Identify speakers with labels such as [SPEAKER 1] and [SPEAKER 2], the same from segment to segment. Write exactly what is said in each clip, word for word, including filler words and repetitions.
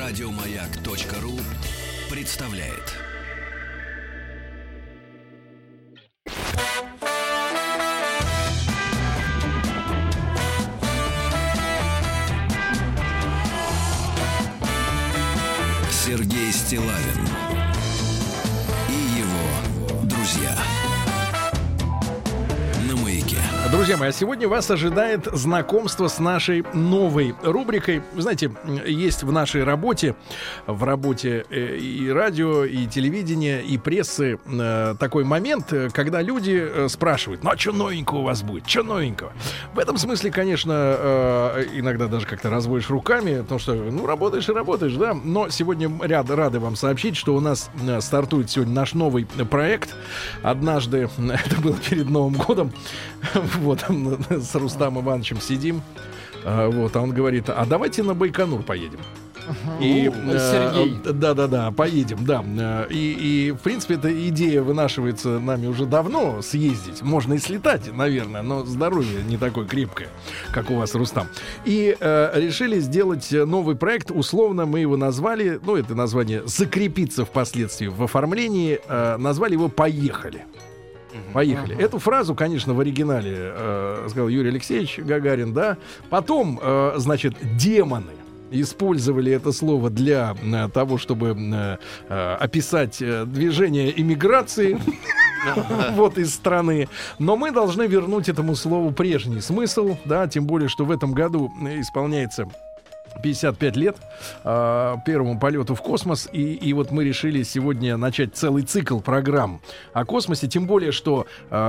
[SPEAKER 1] Радиомаяк.ру представляет. Сергей Стиллавин и его друзья.
[SPEAKER 2] Друзья мои, а сегодня вас ожидает знакомство с нашей новой рубрикой. Вы знаете, есть в нашей работе, в работе и радио, и телевидения, и прессы такой момент, когда люди спрашивают: ну а что новенького у вас будет? Что новенького? В этом смысле, конечно, иногда даже как-то разводишь руками, потому что, ну, работаешь и работаешь, да. Но сегодня ряд, рады вам сообщить, что у нас стартует сегодня наш новый проект. Однажды, это было перед Новым годом, вот, с Рустамом Ивановичем сидим, вот, а он говорит: а давайте на Байконур поедем. И,
[SPEAKER 3] Сергей.
[SPEAKER 2] Э, да-да-да, поедем, да. И, и, в принципе, эта идея вынашивается нами уже давно, съездить. Можно и слетать, наверное, но здоровье не такое крепкое, как у вас, Рустам. И э, решили сделать новый проект. Условно мы его назвали, ну, это название закрепится впоследствии в оформлении, э, назвали его «Поехали». Поехали. Uh-huh. Эту фразу, конечно, в оригинале э, сказал Юрий Алексеевич Гагарин, да. Потом, э, значит, демоны использовали это слово для э, того, чтобы э, э, описать э, движение иммиграции вот из страны. Но мы должны вернуть этому слову прежний смысл, да, тем более, что в этом году исполняется пятьдесят пять лет э, первому полету в космос, и, и вот мы решили сегодня начать целый цикл программ о космосе, тем более, что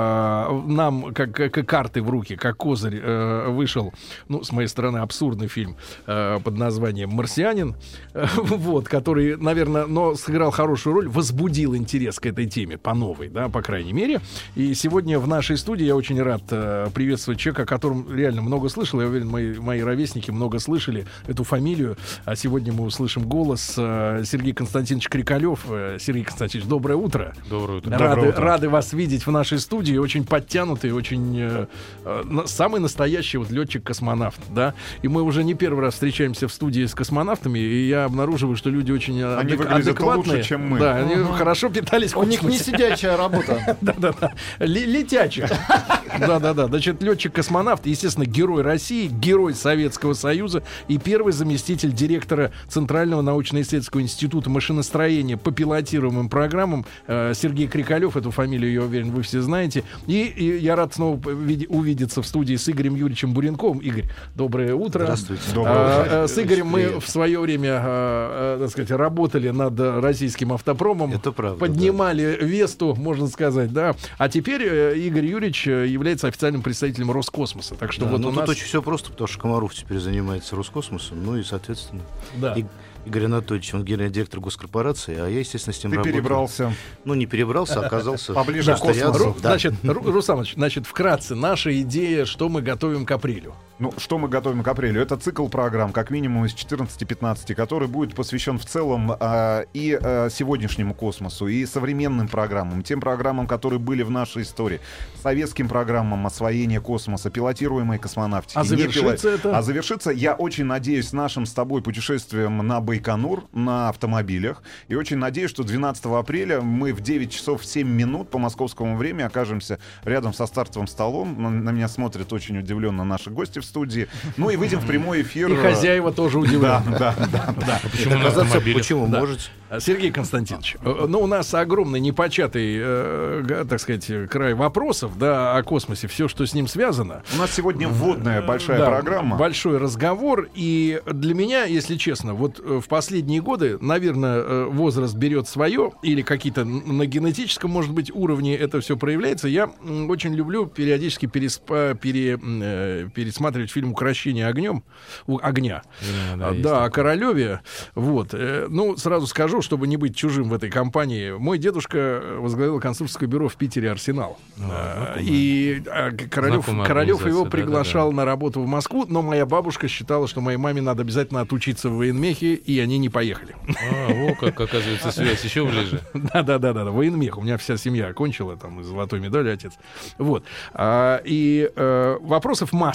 [SPEAKER 2] э, нам, как, как карты в руки, как козырь, э, вышел, ну, с моей стороны, абсурдный фильм э, под названием «Марсианин», э, вот, который, наверное, но сыграл хорошую роль, возбудил интерес к этой теме по новой, да, по крайней мере. И сегодня в нашей студии я очень рад э, приветствовать человека, о котором реально много слышал, я уверен, мои, мои ровесники много слышали эту фамилию, а сегодня мы услышим голос э, Сергей Константинович Крикалев. Э, Сергей Константинович, доброе утро.
[SPEAKER 4] Доброе утро.
[SPEAKER 2] Рады,
[SPEAKER 4] доброе утро.
[SPEAKER 2] Рады вас видеть в нашей студии. Очень подтянутый, очень э, э, самый настоящий вот летчик-космонавт, да. И мы уже не первый раз встречаемся в студии с космонавтами, и я обнаруживаю, что люди очень адек-
[SPEAKER 4] они выглядят
[SPEAKER 2] адекватные,
[SPEAKER 4] лучше, чем мы.
[SPEAKER 2] Да, они
[SPEAKER 3] угу.
[SPEAKER 2] хорошо питались в
[SPEAKER 3] У них
[SPEAKER 2] космосе.
[SPEAKER 3] не сидячая работа.
[SPEAKER 2] Да-да-да. Летячих. Да-да-да. Значит, летчик-космонавт, естественно, герой России, герой Советского Союза и первый заместитель директора Центрального научно-исследовательского института машиностроения по пилотируемым программам э, Сергей Крикалев. Эту фамилию, я уверен, вы все знаете. И, и я рад снова види- увидеться в студии с Игорем Юрьевичем Буренковым. Игорь, доброе утро.
[SPEAKER 5] Здравствуйте.
[SPEAKER 4] Доброе утро.
[SPEAKER 2] А, с Игорем мы в свое время, а, а, так сказать, работали над российским автопромом.
[SPEAKER 5] Это правда.
[SPEAKER 2] Поднимали да. Весту, можно сказать, да. А теперь э, Игорь Юрьевич является официальным представителем Роскосмоса. Так что
[SPEAKER 5] да,
[SPEAKER 2] вот
[SPEAKER 5] ну,
[SPEAKER 2] у
[SPEAKER 5] тут
[SPEAKER 2] нас...
[SPEAKER 5] очень все просто, потому что Комаров теперь занимается Роскосмосом, ну и, соответственно,
[SPEAKER 2] Да.
[SPEAKER 5] И, Игорь Анатольевич, он генеральный директор госкорпорации, а я, естественно, с ним
[SPEAKER 4] Ты
[SPEAKER 5] работаю.
[SPEAKER 4] перебрался.
[SPEAKER 5] Ну, не перебрался, а оказался...
[SPEAKER 4] Поближе к космосу.
[SPEAKER 5] Да.
[SPEAKER 2] Значит, Ру- Рустам, значит, вкратце, наша идея, что мы готовим к апрелю.
[SPEAKER 4] Ну, что мы готовим к апрелю? Это цикл программ, как минимум из четырнадцати-пятнадцати, который будет посвящен в целом э, и э, сегодняшнему космосу, и современным программам, тем программам, которые были в нашей истории, советским программам освоения космоса, пилотируемой космонавтики.
[SPEAKER 2] А завершится
[SPEAKER 4] пило...
[SPEAKER 2] это?
[SPEAKER 4] А завершится, я очень надеюсь, нашим с тобой путешествием на Байконур, на автомобилях, и очень надеюсь, что двенадцатого апреля мы в девять часов семь минут по московскому времени окажемся рядом со стартовым столом. На, на меня смотрят очень удивленно наши гости в студии. Ну и выйдем в прямой эфир.
[SPEAKER 2] И хозяева тоже удивлены.
[SPEAKER 4] Да, да, да.
[SPEAKER 2] Да.
[SPEAKER 5] Почему, оказаться, почему
[SPEAKER 2] Да.
[SPEAKER 5] можете?
[SPEAKER 2] Сергей Константинович, ну, у нас огромный непочатый, э, так сказать, край вопросов, да, о космосе, все, что с ним связано.
[SPEAKER 4] У нас сегодня вводная большая
[SPEAKER 2] Да,
[SPEAKER 4] программа.
[SPEAKER 2] Большой разговор. И для меня, если честно, вот в последние годы, наверное, возраст берет свое, или какие-то на генетическом, может быть, уровне это все проявляется. Я очень люблю периодически переспа, пере, э, пересматривать фильм «Укрощение огнем», у, огня.
[SPEAKER 3] Да, да,
[SPEAKER 2] Да, о Королеве. Вот. Э, ну, сразу скажу, чтобы не быть чужим в этой компании. Мой дедушка возглавил конструкторское бюро в Питере «Арсенал». А, и а, Королев, Королев его приглашал да, да, да. на работу в Москву, но моя бабушка считала, что моей маме надо обязательно отучиться в военмехе, и они не поехали.
[SPEAKER 3] А, о, как оказывается, связь еще ближе.
[SPEAKER 2] Да-да-да, военмех. У меня вся семья окончила, там, золотой медали отец. Вот. А, и э, вопросов масса.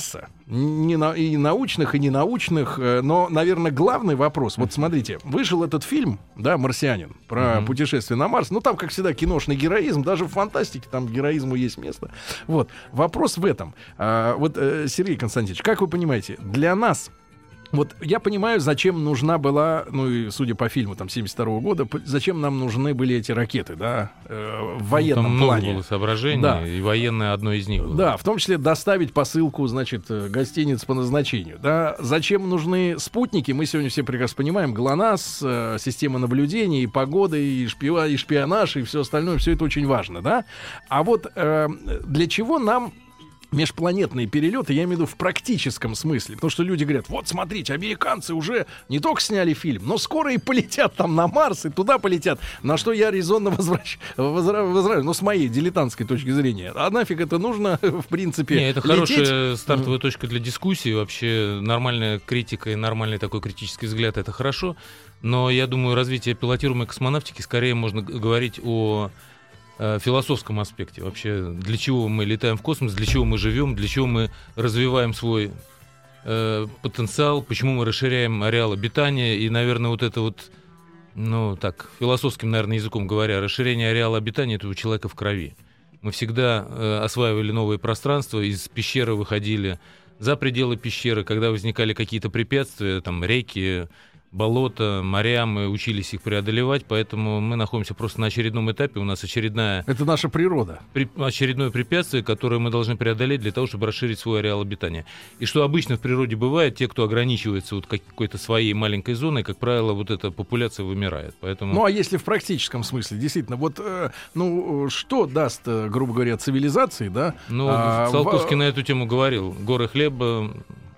[SPEAKER 2] не на, и научных, и ненаучных. Но, наверное, главный вопрос. Вот смотрите, вышел этот фильм, да, «Марсианин», про mm-hmm. путешествие на Марс. Ну, там, как всегда, киношный героизм. Даже в фантастике там героизму есть место. Вот. Вопрос в этом. А, вот, э, Сергей Константинович, как вы понимаете, для нас... Вот я понимаю, зачем нужна была, ну и судя по фильму там семьдесят второго года, п- зачем нам нужны были эти ракеты, да, э, в военном
[SPEAKER 3] ну, там
[SPEAKER 2] плане.
[SPEAKER 3] много было соображений,
[SPEAKER 2] да.
[SPEAKER 3] И военное одно из них было.
[SPEAKER 2] Да, в том числе доставить посылку, значит, гостиниц по назначению. Да, зачем нужны спутники? Мы сегодня все прекрасно понимаем. ГЛОНАСС, э, система наблюдения, и погода, и, шпио, и шпионаж, и все остальное, все это очень важно, да. А вот э, для чего нам межпланетные перелеты, я имею в виду в практическом смысле, потому что люди говорят, вот смотрите, американцы уже не только сняли фильм, но скоро и полетят там на Марс, и туда полетят, на что я резонно возвращ... возра... возвращаю, ну с моей дилетантской точки зрения, а нафиг это нужно, в принципе,
[SPEAKER 3] Не, это
[SPEAKER 2] лететь?
[SPEAKER 3] Хорошая стартовая mm. точка для дискуссии, вообще нормальная критика и нормальный такой критический взгляд, это хорошо, но я думаю, развитие пилотируемой космонавтики скорее можно говорить о философском аспекте. Вообще, для чего мы летаем в космос, для чего мы живем, для чего мы развиваем свой э, потенциал, почему мы расширяем ареал обитания. И, наверное, вот это вот, ну, так, философским, наверное, языком говоря, расширение ареала обитания — это у человека в крови. Мы всегда э, осваивали новые пространства, из пещеры выходили за пределы пещеры, когда возникали какие-то препятствия, там, реки, болота, моря, мы учились их преодолевать, поэтому мы находимся просто на очередном этапе, у нас очередная...
[SPEAKER 2] Это наша природа.
[SPEAKER 3] При, очередное препятствие, которое мы должны преодолеть для того, чтобы расширить свой ареал обитания. И что обычно в природе бывает, те, кто ограничивается вот какой-то своей маленькой зоной, как правило, вот эта популяция вымирает. Поэтому...
[SPEAKER 2] Ну, а если в практическом смысле, действительно, вот, э, ну, что даст, э, грубо говоря, цивилизации, да?
[SPEAKER 3] Ну,
[SPEAKER 2] а,
[SPEAKER 3] Циолковский
[SPEAKER 2] в...
[SPEAKER 3] на эту тему говорил. Горы хлеба,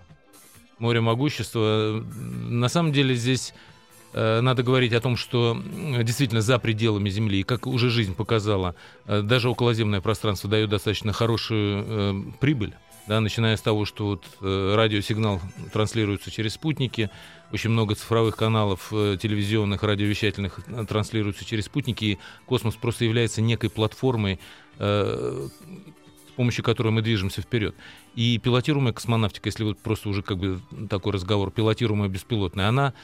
[SPEAKER 3] море могущества. На самом деле здесь э, надо говорить о том, что действительно за пределами Земли, и как уже жизнь показала, э, даже околоземное пространство дает достаточно хорошую э, прибыль. Да, начиная с того, что вот, э, радиосигнал транслируется через спутники, очень много цифровых каналов э, телевизионных, радиовещательных э, транслируются через спутники, и космос просто является некой платформой, э, с помощью которой мы движемся вперед. И пилотируемая космонавтика, если вот просто уже как бы такой разговор, пилотируемая беспилотная, она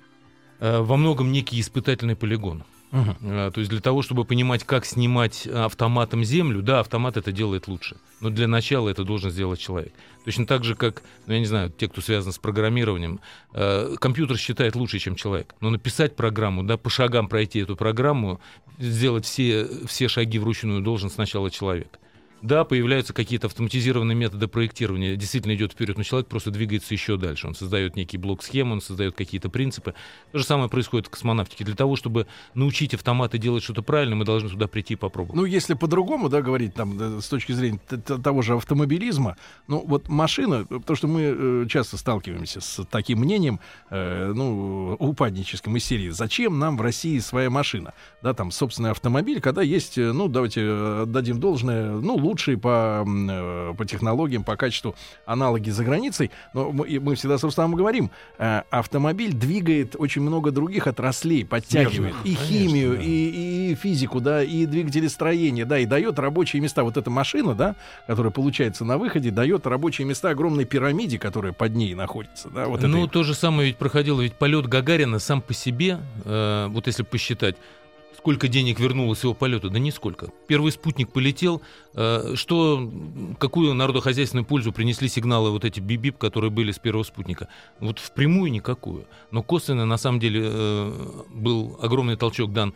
[SPEAKER 3] э, во многом некий испытательный полигон. Uh-huh. э, то есть для того, чтобы понимать, как снимать автоматом Землю, да, автомат это делает лучше, но для начала это должен сделать человек. Точно так же, как, ну я не знаю, те, кто связан с программированием, э, компьютер считает лучше, чем человек, но написать программу, да, по шагам пройти эту программу, сделать все, все шаги вручную должен сначала человек. Да, появляются какие-то автоматизированные методы проектирования, действительно идет вперед, но человек просто двигается еще дальше. Он создает некий блок схем, он создает какие-то принципы. То же самое происходит в космонавтике. Для того, чтобы научить автоматы делать что-то правильно, мы должны туда прийти и попробовать.
[SPEAKER 2] Ну, если по-другому, да, говорить, там, с точки зрения того же автомобилизма, ну, вот машина, потому что мы э, часто сталкиваемся с таким мнением, э, ну, упадническим из серии, зачем нам в России своя машина? Да, там, собственный автомобиль, когда есть, ну, давайте отдадим должное, ну, лучшие по, по технологиям, по качеству аналоги за границей. Но мы, мы всегда с Рустамом говорим, э, автомобиль двигает очень много других отраслей, подтягивает конечно, и химию, конечно, да. и, и физику, да, и двигателестроение, да, и дает рабочие места. Вот эта машина, да, которая получается на выходе, дает рабочие места огромной пирамиде, которая под ней находится. Да, вот
[SPEAKER 3] ну,
[SPEAKER 2] этой...
[SPEAKER 3] то же самое ведь проходило, ведь полет Гагарина сам по себе, э, вот если посчитать, сколько денег вернулось с его полета? Да нисколько. Первый спутник полетел. Что, какую народохозяйственную пользу принесли сигналы вот эти бип-бип, которые были с первого спутника? Вот впрямую никакую. Но косвенно, на самом деле, был огромный толчок дан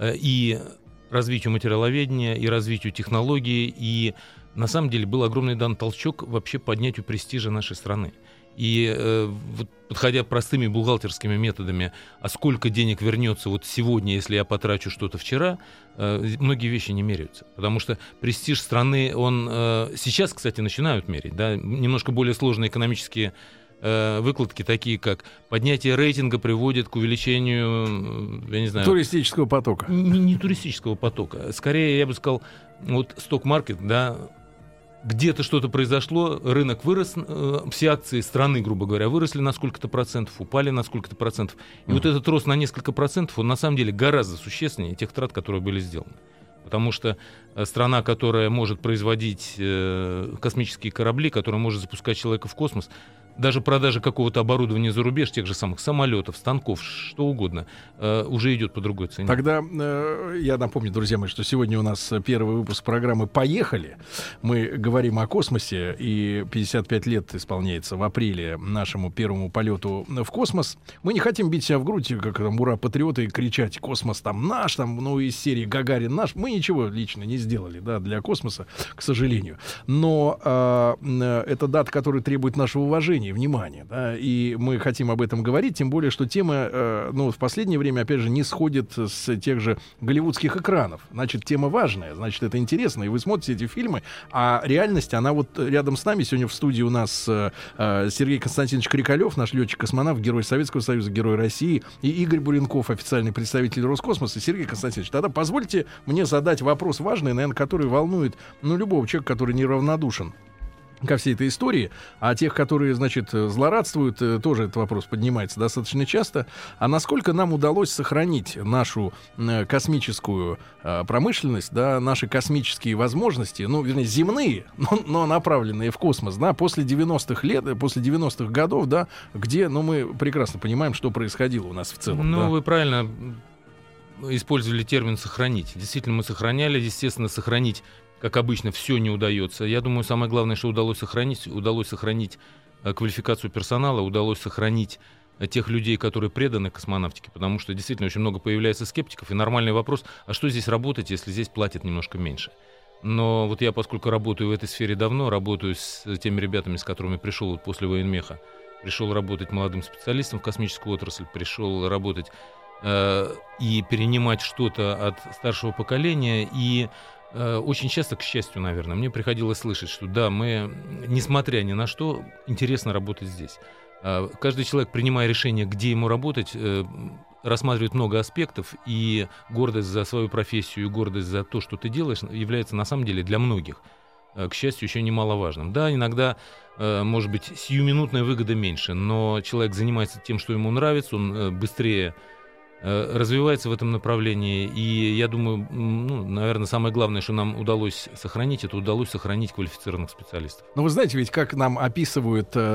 [SPEAKER 3] и развитию материаловедения, и развитию технологий, и на самом деле был огромный дан толчок вообще поднятию престижа нашей страны. И э, вот, подходя простыми бухгалтерскими методами, а сколько денег вернется вот сегодня, если я потрачу что-то вчера, э, многие вещи не меряются. Потому что престиж страны, он э, сейчас, кстати, начинают мерить. Да? Немножко более сложные экономические э, выкладки, такие как поднятие рейтинга приводит к увеличению, я не знаю...
[SPEAKER 2] туристического потока.
[SPEAKER 3] Не, не туристического потока. Скорее, я бы сказал, вот сток-маркет, да, где-то что-то произошло, рынок вырос, э, все акции страны, грубо говоря, выросли на сколько-то процентов, упали на сколько-то процентов. И mm-hmm. вот этот рост на несколько процентов, он на самом деле гораздо существеннее тех трат, которые были сделаны. Потому что страна, которая может производить э, космические корабли, которая может запускать человека в космос, даже продажа какого-то оборудования за рубеж, тех же самых самолетов, станков, что угодно, э, уже идет по другой цене.
[SPEAKER 2] Тогда э, я напомню, друзья мои, что сегодня у нас первый выпуск программы «Поехали». Мы говорим о космосе, и пятьдесят пять лет исполняется в апреле нашему первому полету в космос. Мы не хотим бить себя в грудь, как там ура-патриоты, и кричать: космос там наш, там, ну, из серии «Гагарин наш». Мы ничего лично не сделали, да, для космоса, к сожалению. Но э, это дата, которая требует нашего уважения, внимания, да, и мы хотим об этом говорить, тем более, что тема, э, ну, в последнее время, опять же, не сходит с тех же голливудских экранов. Значит, тема важная, значит, это интересно, и вы смотрите эти фильмы, а реальность, она вот рядом с нами. Сегодня в студии у нас э, Сергей Константинович Крикалев, наш летчик-космонавт, герой Советского Союза, герой России, и Игорь Буренков, официальный представитель Роскосмоса. Сергей Константинович, тогда позвольте мне задать вопрос важный, наверное, который волнует, ну, любого человека, который неравнодушен ко всей этой истории, а тех, которые, значит, злорадствуют, тоже этот вопрос поднимается достаточно часто. А насколько нам удалось сохранить нашу космическую промышленность, да, наши космические возможности, ну, вернее, земные, но, но направленные в космос, да, после девяностых лет, после девяностых годов, да, где, ну, мы прекрасно понимаем, что происходило у нас в целом.
[SPEAKER 3] Ну,
[SPEAKER 2] да.
[SPEAKER 3] Вы правильно использовали термин «сохранить». Действительно, мы сохраняли, естественно, сохранить, как обычно, все не удается. Я думаю, самое главное, что удалось сохранить, удалось сохранить э, квалификацию персонала, удалось сохранить э, тех людей, которые преданы космонавтике, потому что действительно очень много появляется скептиков, и нормальный вопрос: а что здесь работать, если здесь платят немножко меньше? Но вот я, поскольку работаю в этой сфере давно, работаю с теми ребятами, с которыми пришел вот после военмеха, пришел работать молодым специалистом в космическую отрасль, пришел работать э, и перенимать что-то от старшего поколения, и очень часто, к счастью, наверное, мне приходилось слышать, что да, мы, несмотря ни на что, интересно работать здесь. Каждый человек, принимая решение, где ему работать, рассматривает много аспектов, и гордость за свою профессию и гордость за то, что ты делаешь, является на самом деле для многих, к счастью, еще немаловажным. Да, иногда, может быть, сиюминутная выгода меньше, но человек занимается тем, что ему нравится, он быстрее развивается в этом направлении, и я думаю, ну, наверное, самое главное, что нам удалось сохранить, это удалось сохранить квалифицированных специалистов.
[SPEAKER 2] Ну, вы знаете, ведь как нам описывают э,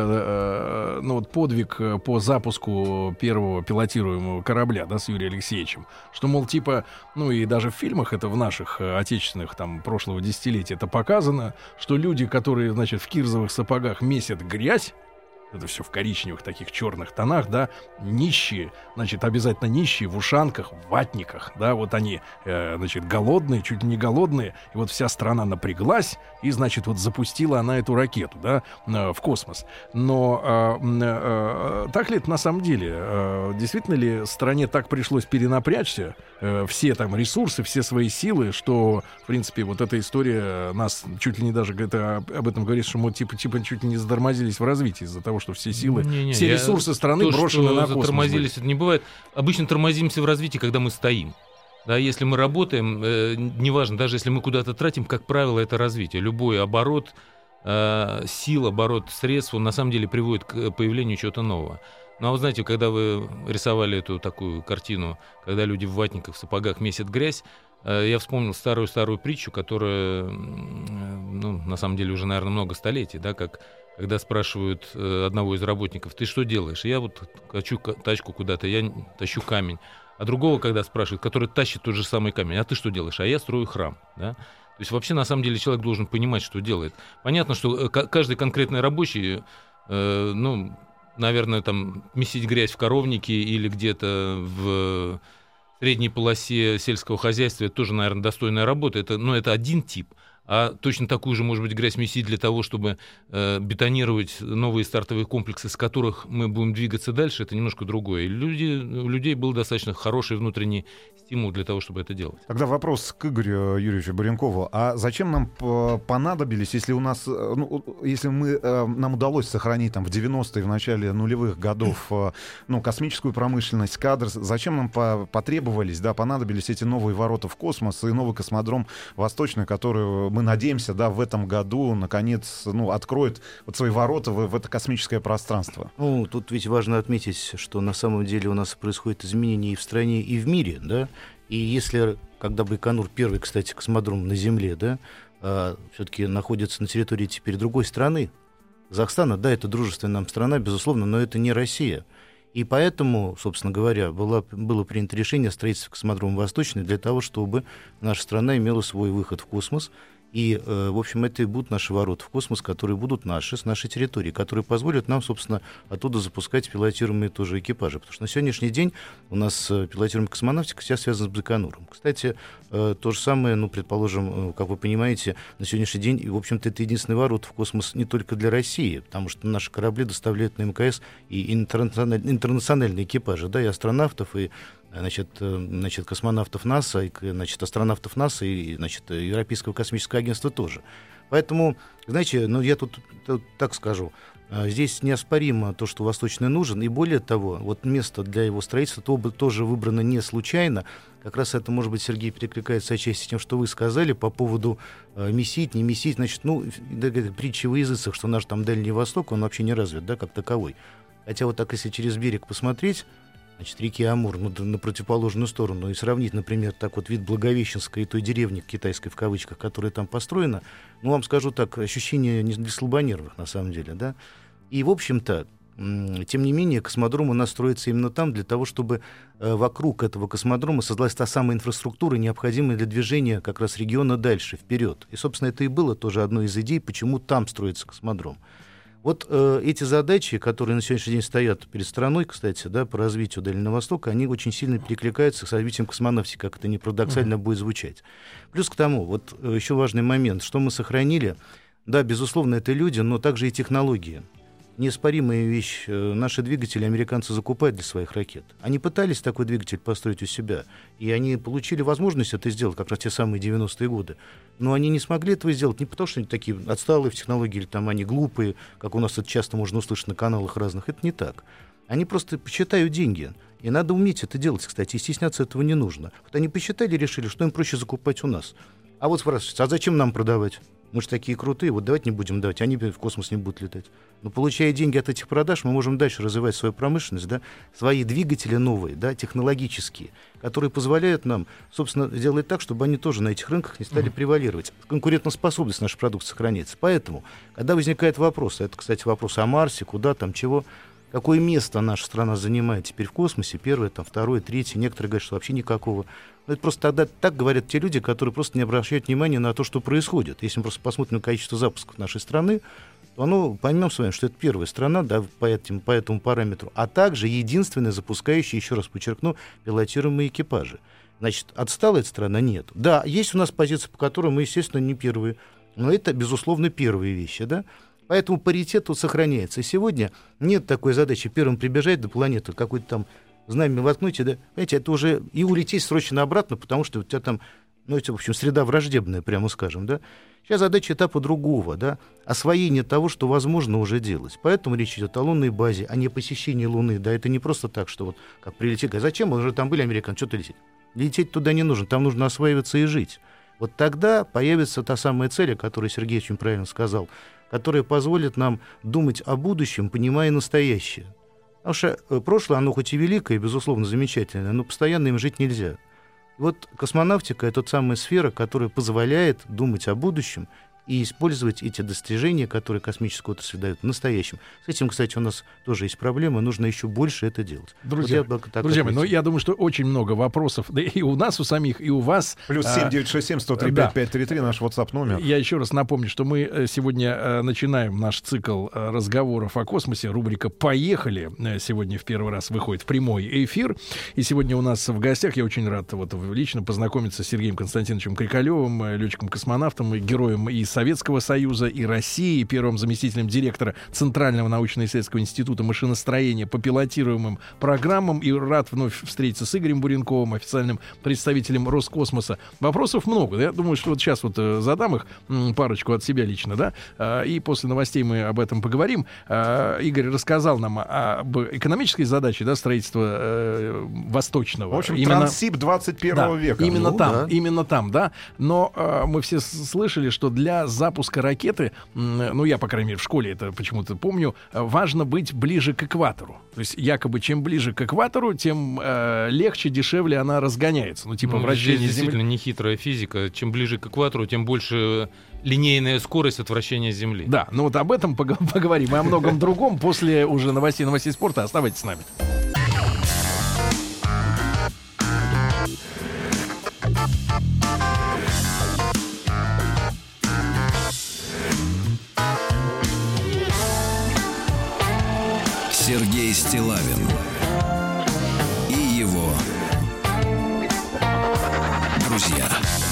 [SPEAKER 2] э, ну, вот подвиг по запуску первого пилотируемого корабля, да, с Юрием Алексеевичем, что, мол, типа, ну и даже в фильмах, это в наших отечественных, там, прошлого десятилетия это показано, что люди, которые, значит, в кирзовых сапогах месят грязь, это все в коричневых таких черных тонах, да, нищие, значит, обязательно нищие, в ушанках, в ватниках, да, вот они, э, значит, голодные, чуть ли не голодные, и вот вся страна напряглась, и, значит, вот запустила она эту ракету, да, э, в космос. Но э, э, так ли это на самом деле? Э, действительно ли стране так пришлось перенапрячься, э, все там ресурсы, все свои силы, что, в принципе, вот эта история нас чуть ли не даже, это, об этом говорит, что мы типа, типа чуть ли не затормозились в развитии из-за того, что все силы, не, не, все ресурсы страны то, брошены на космос.
[SPEAKER 3] Затормозились, это не бывает. Обычно тормозимся в развитии, когда мы стоим. Да, если мы работаем, э, неважно, даже если мы куда-то тратим, как правило, это развитие. Любой оборот э, сил, оборот средств, он на самом деле приводит к появлению чего-то нового. Ну, а вы знаете, когда вы рисовали эту такую картину, когда люди в ватниках, в сапогах месят грязь, э, я вспомнил старую-старую притчу, которая, ну, на самом деле, уже, наверное, много столетий, да, как когда спрашивают э, одного из работников: ты что делаешь? Я вот качу тачку куда-то, я тащу камень. А другого, когда спрашивают, который тащит тот же самый камень: а ты что делаешь? А я строю храм. Да? То есть вообще, на самом деле, человек должен понимать, что делает. Понятно, что каждый конкретный рабочий, э, ну, наверное, там, месить грязь в коровнике или где-то в средней полосе сельского хозяйства, это тоже, наверное, достойная работа. Это, ну, это один тип. А точно такую же, может быть, грязь месить для того, чтобы э, бетонировать новые стартовые комплексы, с которых мы будем двигаться дальше, это немножко другое. И люди, у людей был достаточно хороший внутренний стимул для того, чтобы это делать.
[SPEAKER 4] Тогда вопрос к Игорю Юрьевичу Буренкову. А зачем нам понадобились, если у нас, ну, если мы, нам удалось сохранить там в девяностые, в начале нулевых годов, ну, космическую промышленность, кадр, зачем нам потребовались, да, понадобились эти новые ворота в космос и новый космодром Восточный, который, мы надеемся, да, в этом году, наконец, ну, откроет вот свои ворота в, в это космическое пространство?
[SPEAKER 5] Ну, тут ведь важно отметить, что на самом деле у нас происходит изменение и в стране, и в мире, да. И если, когда Байконур, первый, кстати, космодром на Земле, да, э, все-таки находится на территории теперь другой страны, Казахстана, да, это дружественная нам страна, безусловно, но это не Россия. И поэтому, собственно говоря, было, было принято решение о строительстве космодрома «Восточный» для того, чтобы наша страна имела свой выход в космос. И, э, в общем, это и будут наши ворота в космос, которые будут наши, с нашей территории, которые позволят нам, собственно, оттуда запускать пилотируемые тоже экипажи. Потому что на сегодняшний день у нас э, пилотируемая космонавтика вся связана с Байконуром. Кстати, э, то же самое, ну, предположим, э, как вы понимаете, на сегодняшний день, и, в общем-то, это единственный ворот в космос не только для России, потому что наши корабли доставляют на МКС и интернациональ... интернациональные экипажи, да, и астронавтов, и Значит, значит, космонавтов НАСА, и, значит, астронавтов НАСА и, значит, Европейского космического агентства тоже. Поэтому, знаете, ну, я тут, тут так скажу, здесь неоспоримо то, что Восточный нужен, и более того, вот место для его строительства то, тоже выбрано не случайно. Как раз это, может быть, Сергей, перекликается отчасти с тем, что вы сказали по поводу э, месить, не месить. Значит, ну, да, притча во языцах, что наш там Дальний Восток, он вообще не развит, да, как таковой. Хотя вот так, если через берег посмотреть, значит, реки Амур, ну, на противоположную сторону, и сравнить, например, так вот вид Благовещенской и той деревни китайской, в кавычках, которая там построена, ну, вам скажу так, ощущение не для слабонервных, на самом деле, да. И, в общем-то, тем не менее, космодром у нас строится именно там для того, чтобы э, вокруг этого космодрома создалась та самая инфраструктура, необходимая для движения как раз региона дальше, вперед. И, собственно, это и было тоже одной из идей, почему там строится космодром. Вот э, эти задачи, которые на сегодняшний день стоят перед страной, кстати, да, по развитию Дальнего Востока, они очень сильно перекликаются с развитием космонавтики, как это ни парадоксально mm-hmm. будет звучать. Плюс к тому, вот э, еще важный момент, что мы сохранили, да, безусловно, это люди, но также и технологии. Неоспоримая вещь, э, наши двигатели американцы закупают для своих ракет. Они пытались такой двигатель построить у себя, и они получили возможность это сделать, как раз те самые девяностые годы. Но они не смогли этого сделать не потому, что они такие отсталые в технологии, или там они глупые, как у нас это часто можно услышать на каналах разных. Это не так. Они просто посчитают деньги. И надо уметь это делать, кстати, и стесняться этого не нужно. Вот они посчитали и решили, что им проще закупать у нас. А вот спрашивается, а зачем нам продавать? Мы же такие крутые, вот давайте не будем давать, они в космос не будут летать. Но получая деньги от этих продаж, мы можем дальше развивать свою промышленность, да, свои двигатели новые, да, технологические, которые позволяют нам, собственно, сделать так, чтобы они тоже на этих рынках не стали mm-hmm. превалировать. Конкурентоспособность нашей продукции сохраняется. Поэтому, когда возникает вопрос, это, кстати, вопрос о Марсе, куда там, чего, какое место наша страна занимает теперь в космосе, первое, там, второе, третье, некоторые говорят, что вообще никакого. Но это просто тогда так говорят те люди, которые просто не обращают внимания на то, что происходит. Если мы просто посмотрим на количество запусков нашей страны, то оно, поймем с вами, что это первая страна, да, по, этим, по этому параметру, а также единственная запускающая, еще раз подчеркну, пилотируемые экипажи. Значит, отсталая страна нет. Да, есть у нас позиции, по которым мы, естественно, не первые, но это, безусловно, первые вещи, да. Поэтому паритет тут сохраняется. И сегодня нет такой задачи первым прибежать до планеты, какой-то там знамя воткнуть, да, понимаете, это уже и улететь срочно обратно, потому что у тебя там, ну, это, в общем, среда враждебная, прямо скажем, да. Сейчас задача этапа другого, да, освоение того, что возможно уже делать. Поэтому речь идет о лунной базе, а не посещении Луны, да, это не просто так, что вот как прилететь, а зачем, мы уже там были, американцы, что-то лететь. Лететь туда не нужно, там нужно осваиваться и жить. Вот тогда появится та самая цель, о которой Сергей очень правильно сказал, которая позволит нам думать о будущем, понимая настоящее. Потому что прошлое, оно хоть и великое, безусловно, замечательное, но постоянно им жить нельзя. И вот космонавтика — это та самая сфера, которая позволяет думать о будущем и использовать эти достижения, которые космическую отрасль дают, в настоящем. С этим, кстати, у нас тоже есть проблемы, нужно еще больше это делать.
[SPEAKER 2] Друзья, вот друзья мои, ну я думаю, что очень много вопросов, да и у нас у самих, и у вас.
[SPEAKER 4] Плюс семь девять шесть семь сто три пять пять три три наш WhatsApp номер.
[SPEAKER 2] Я еще раз напомню, что мы сегодня начинаем наш цикл разговоров о космосе. Рубрика «Поехали» сегодня в первый раз выходит в прямой эфир. И сегодня у нас в гостях, я очень рад вот лично познакомиться с Сергеем Константиновичем Крикалевым, летчиком-космонавтом и героем из Советского Союза и России, первым заместителем директора Центрального научно-исследовательского института машиностроения по пилотируемым программам. И рад вновь встретиться с Игорем Буренковым, официальным представителем Роскосмоса. Вопросов много. Я думаю, что вот сейчас вот задам их парочку от себя лично, да, и после новостей мы об этом поговорим. Игорь рассказал нам об экономической задаче, да, строительства э, восточного.
[SPEAKER 4] В общем,
[SPEAKER 2] именно...
[SPEAKER 4] Транссиб двадцать первого
[SPEAKER 2] да,
[SPEAKER 4] века.
[SPEAKER 2] Именно
[SPEAKER 4] ну,
[SPEAKER 2] там,
[SPEAKER 4] да.
[SPEAKER 2] именно там, да. Но э, мы все слышали, что для для запуска ракеты, ну, я, по крайней мере, в школе это почему-то помню, важно быть ближе к экватору. То есть, якобы, чем ближе к экватору, тем э, легче, дешевле она разгоняется. Ну, типа,
[SPEAKER 3] ну,
[SPEAKER 2] вращение
[SPEAKER 3] здесь действительно
[SPEAKER 2] Земли.
[SPEAKER 3] нехитрая физика. Чем ближе к экватору, тем больше линейная скорость от вращения Земли.
[SPEAKER 2] Да, ну вот об этом поговорим и о многом другом после уже новостей, новостей спорта. Оставайтесь с нами.
[SPEAKER 1] Сергей Стиллавин и его друзья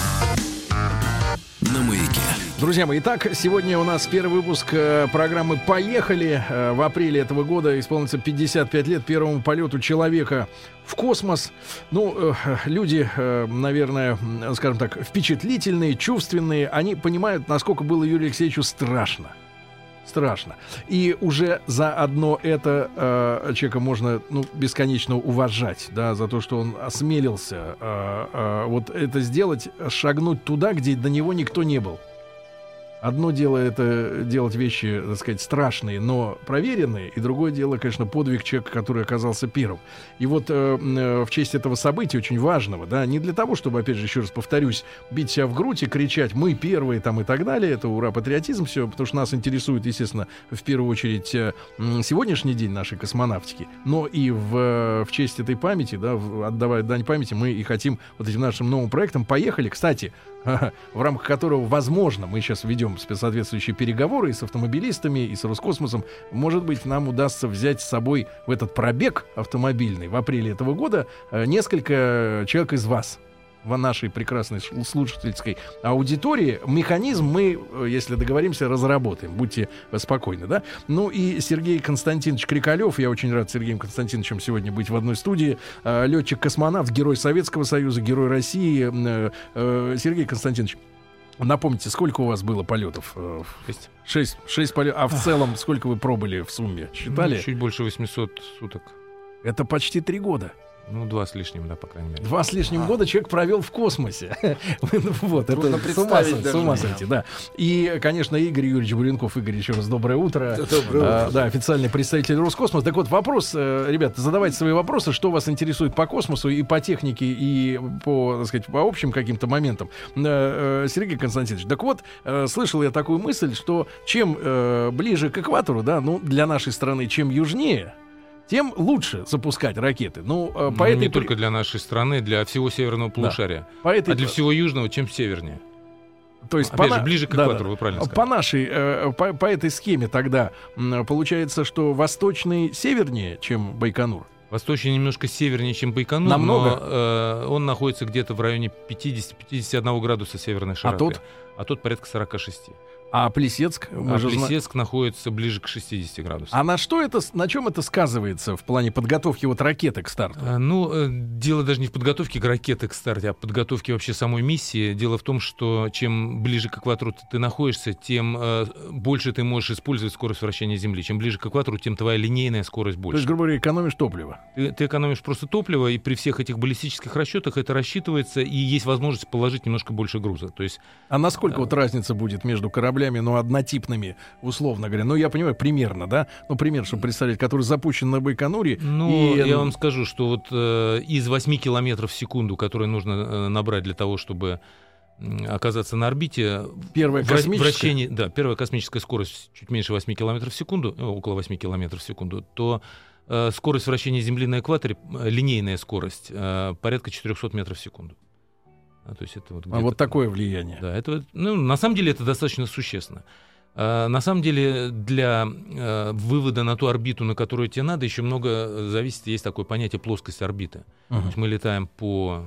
[SPEAKER 1] на Маяке.
[SPEAKER 2] Друзья мои, итак, сегодня у нас первый выпуск э, программы «Поехали». Э, в апреле этого года исполнится пятьдесят пять лет первому полету человека в космос. Ну, э, люди, э, наверное, скажем так, впечатлительные, чувственные. Они понимают, насколько было Юрию Алексеевичу страшно. Страшно. И уже за одно это э, человека можно, ну, бесконечно уважать, да, за то, что он осмелился э, э, вот это сделать, шагнуть туда, где до него никто не был. Одно дело это делать вещи, так сказать, страшные, но проверенные, и другое дело, конечно, подвиг человека, который оказался первым. И вот э, э, в честь этого события очень важного, да, не для того, чтобы, опять же, еще раз повторюсь, бить себя в грудь и кричать «мы первые» там и так далее, это ура, патриотизм, все, потому что нас интересует, естественно, в первую очередь э, сегодняшний день нашей космонавтики, но и в, в честь этой памяти, да, в, отдавая дань памяти, мы и хотим вот этим нашим новым проектом «Поехали». Кстати, в рамках которого, возможно, мы сейчас ведем соответствующие переговоры и с автомобилистами, и с Роскосмосом. Может быть, нам удастся взять с собой в этот пробег автомобильный в апреле этого года несколько человек из вас, в нашей прекрасной слушательской аудитории. Механизм мы, если договоримся, разработаем. Будьте спокойны, да? Ну и Сергей Константинович Крикалев, я очень рад с Сергеем Константиновичем сегодня быть в одной студии. Летчик-космонавт, герой Советского Союза, герой России. Сергей Константинович, напомните, сколько у вас было полетов?
[SPEAKER 3] Шесть.
[SPEAKER 2] Шесть, шесть полетов. А в целом сколько вы пробыли в сумме? Считали?
[SPEAKER 3] Ну, чуть больше восемьсот суток.
[SPEAKER 2] Это почти три года.
[SPEAKER 3] Ну, два с лишним, да, по крайней мере.
[SPEAKER 2] Два с лишним а. года человек провел в космосе. Вот, это с ума, с ума сойти, да. И, конечно, Игорь Юрьевич Буренков. Игорь, еще раз доброе утро.
[SPEAKER 5] Доброе утро.
[SPEAKER 2] А, да, официальный представитель Роскосмоса. Так вот, вопрос, ребята, задавайте свои вопросы, что вас интересует по космосу и по технике, и по, так сказать, по общим каким-то моментам. Сергей Константинович, так вот, слышал я такую мысль, что чем ближе к экватору, да, ну, для нашей страны, чем южнее, тем лучше запускать ракеты. Ну, по
[SPEAKER 3] ну,
[SPEAKER 2] этой...
[SPEAKER 3] не только для нашей страны, для всего северного полушария.
[SPEAKER 2] Да. По этой...
[SPEAKER 3] А для всего южного, чем севернее.
[SPEAKER 2] То есть
[SPEAKER 3] опять
[SPEAKER 2] по
[SPEAKER 3] же,
[SPEAKER 2] на...
[SPEAKER 3] ближе к
[SPEAKER 2] да,
[SPEAKER 3] экватору,
[SPEAKER 2] да.
[SPEAKER 3] вы правильно сказали.
[SPEAKER 2] По нашей, э, по, по этой схеме тогда м, получается, что восточный севернее, чем Байконур.
[SPEAKER 3] Восточный немножко севернее, чем Байконур,
[SPEAKER 2] намного?
[SPEAKER 3] но э, он находится где-то в районе пятьдесят-пятьдесят один градуса северной широты.
[SPEAKER 2] А тот?
[SPEAKER 3] А тот порядка сорок шесть.
[SPEAKER 2] А Плесецк? Мы
[SPEAKER 3] а
[SPEAKER 2] же
[SPEAKER 3] Плесецк
[SPEAKER 2] зна...
[SPEAKER 3] находится ближе к шестидесяти градусам.
[SPEAKER 2] А на что это, на чем это сказывается в плане подготовки вот ракеты к старту?
[SPEAKER 3] А, ну, э, дело даже не в подготовке к ракеты к старту, а в подготовке вообще самой миссии. Дело в том, что чем ближе к экватору ты находишься, тем э, больше ты можешь использовать скорость вращения Земли. Чем ближе к экватору, тем твоя линейная скорость больше.
[SPEAKER 2] То есть, грубо говоря, экономишь топливо.
[SPEAKER 3] Ты, ты экономишь просто топливо, и при всех этих баллистических расчетах это рассчитывается, и есть возможность положить немножко больше груза. То есть,
[SPEAKER 2] а насколько э, вот разница будет между кораблями, ну, однотипными, условно говоря, ну, я понимаю, примерно, да? Ну, пример, чтобы представить, который запущен на Байконуре.
[SPEAKER 3] Ну,
[SPEAKER 2] и...
[SPEAKER 3] я вам скажу, что вот э, из восьми километров в секунду, которые нужно э, набрать для того, чтобы э, оказаться на орбите...
[SPEAKER 2] Первая космическая?
[SPEAKER 3] Вращение, да, первая космическая скорость чуть меньше восьми километров в секунду, э, около восьми километров в секунду, то э, скорость вращения Земли на экваторе, э, линейная скорость, э, порядка четырехсот метров в секунду. А, то есть это вот,
[SPEAKER 2] а вот такое влияние.
[SPEAKER 3] Да, это, ну, на самом деле это достаточно существенно. А, на самом деле для а, вывода на ту орбиту, на которую тебе надо, еще много зависит. Есть такое понятие плоскость орбиты. Uh-huh. То есть мы летаем по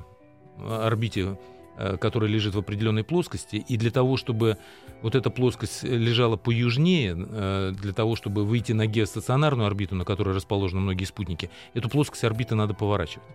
[SPEAKER 3] орбите, а, которая лежит в определенной плоскости, и для того, чтобы вот эта плоскость лежала поюжнее, а, для того, чтобы выйти на геостационарную орбиту, на которой расположены многие спутники, эту плоскость орбиты надо поворачивать.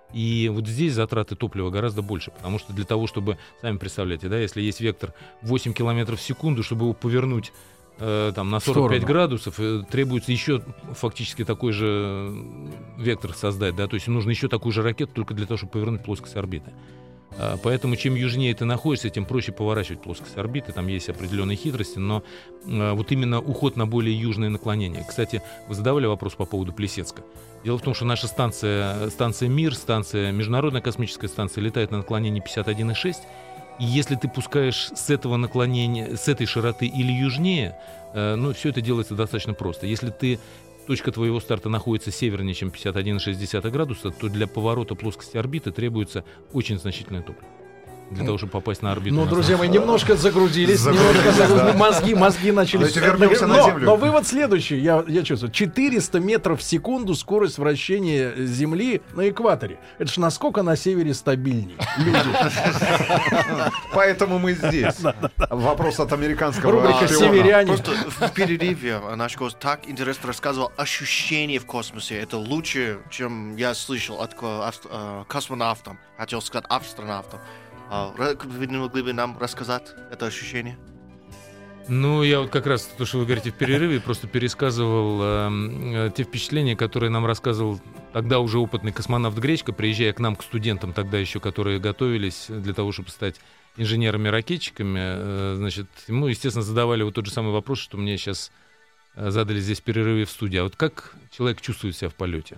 [SPEAKER 3] И вот здесь затраты топлива гораздо больше, потому что для того, чтобы, сами представляете, да, если есть вектор восемь километров в секунду, чтобы его повернуть э, там, на сорок пять градусов, э, требуется еще фактически такой же вектор создать, да, то есть нужно еще такую же ракету только для того, чтобы повернуть плоскость орбиты. Поэтому чем южнее ты находишься, тем проще поворачивать плоскость орбиты. Там есть определенные хитрости, но вот именно уход на более южное наклонение. Кстати, вы задавали вопрос по поводу Плесецка. Дело в том, что наша станция, станция «Мир», станция Международная космическая станция, летает на наклонении пятьдесят один и шесть. И если ты пускаешь с этого наклонения, с этой широты или южнее, ну, все это делается достаточно просто. Если ты точка твоего старта находится севернее, чем пятьдесят один и шесть десятых градуса, то для поворота плоскости орбиты требуется очень значительное топливо. Для того, чтобы попасть на орбиту.
[SPEAKER 2] Ну, друзья мои, немножко загрузились,
[SPEAKER 4] Загрузились,
[SPEAKER 2] немножко загрузились,
[SPEAKER 4] да.
[SPEAKER 2] мозги, мозги начали...
[SPEAKER 4] Давайте вернемся на
[SPEAKER 2] но,
[SPEAKER 4] Землю.
[SPEAKER 2] но вывод следующий, я, я чувствую. четыреста метров в секунду скорость вращения Земли на экваторе. Это ж насколько на севере стабильней люди.
[SPEAKER 4] Поэтому мы здесь. Вопрос от американского
[SPEAKER 2] Рубрика
[SPEAKER 4] шпиона.
[SPEAKER 2] «Северяне».
[SPEAKER 6] Просто в перерыве наш гость так интересно рассказывал ощущения в космосе. Это лучше, чем я слышал от ко- авст- э, космонавтов. Хотел сказать астронавтов. А, ра- Вы не могли бы нам рассказать это ощущение?
[SPEAKER 3] Ну, я вот как раз то, что вы говорите в перерыве, просто пересказывал э, э, те впечатления, которые нам рассказывал тогда уже опытный космонавт Гречко, приезжая к нам, к студентам тогда еще, которые готовились для того, чтобы стать инженерами-ракетчиками. Э, значит, ему, естественно, задавали вот тот же самый вопрос, что мне сейчас э, задали здесь в перерыве в студии. А вот как человек чувствует себя в полете?